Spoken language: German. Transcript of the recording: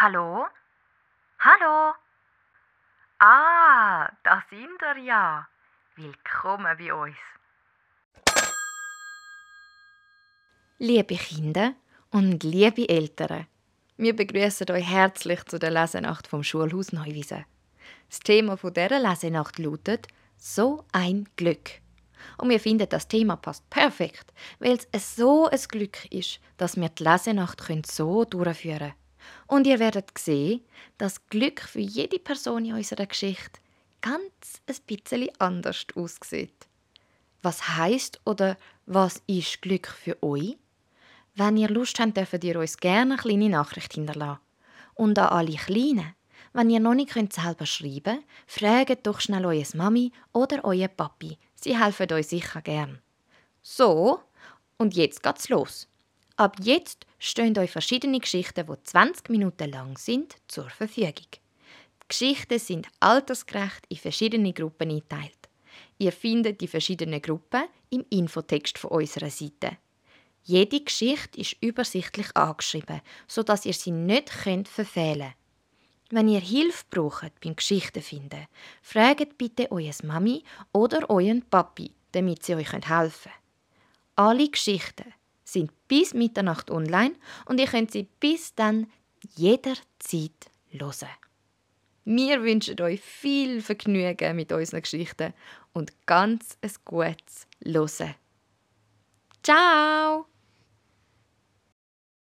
Hallo? Hallo? Ah, da sind ihr ja. Willkommen bei uns. Liebe Kinder und liebe Eltern, wir begrüßen euch herzlich zu der Lesenacht vom Schulhaus Neuwiesen. Das Thema dieser Lesenacht lautet «So ein Glück». Und wir finden, das Thema passt perfekt, weil es so ein Glück ist, dass wir die Lesenacht so durchführen können. Und ihr werdet sehen, dass Glück für jede Person in unserer Geschichte ganz ein bisschen anders aussieht. Was heisst oder was ist Glück für euch? Wenn ihr Lust habt, dürft ihr uns gerne eine kleine Nachricht hinterlassen. Und an alle Kleinen, wenn ihr noch nicht selber schreiben könnt, fragt doch schnell eure Mami oder euer Papi. Sie helfen euch sicher gern. So, und jetzt geht's los. Ab jetzt stehen euch verschiedene Geschichten, die 20 Minuten lang sind, zur Verfügung. Die Geschichten sind altersgerecht in verschiedene Gruppen eingeteilt. Ihr findet die verschiedenen Gruppen im Infotext von unserer Seite. Jede Geschichte ist übersichtlich angeschrieben, sodass ihr sie nicht verfehlen könnt. Wenn ihr Hilfe braucht beim Geschichtenfinden, fragt bitte eure Mami oder euren Papi, damit sie euch helfen können. Alle Geschichten sind bis Mitternacht online und ihr könnt sie bis dann jederzeit hören. Wir wünschen euch viel Vergnügen mit unseren Geschichten und ganz ein gutes Hören. Ciao!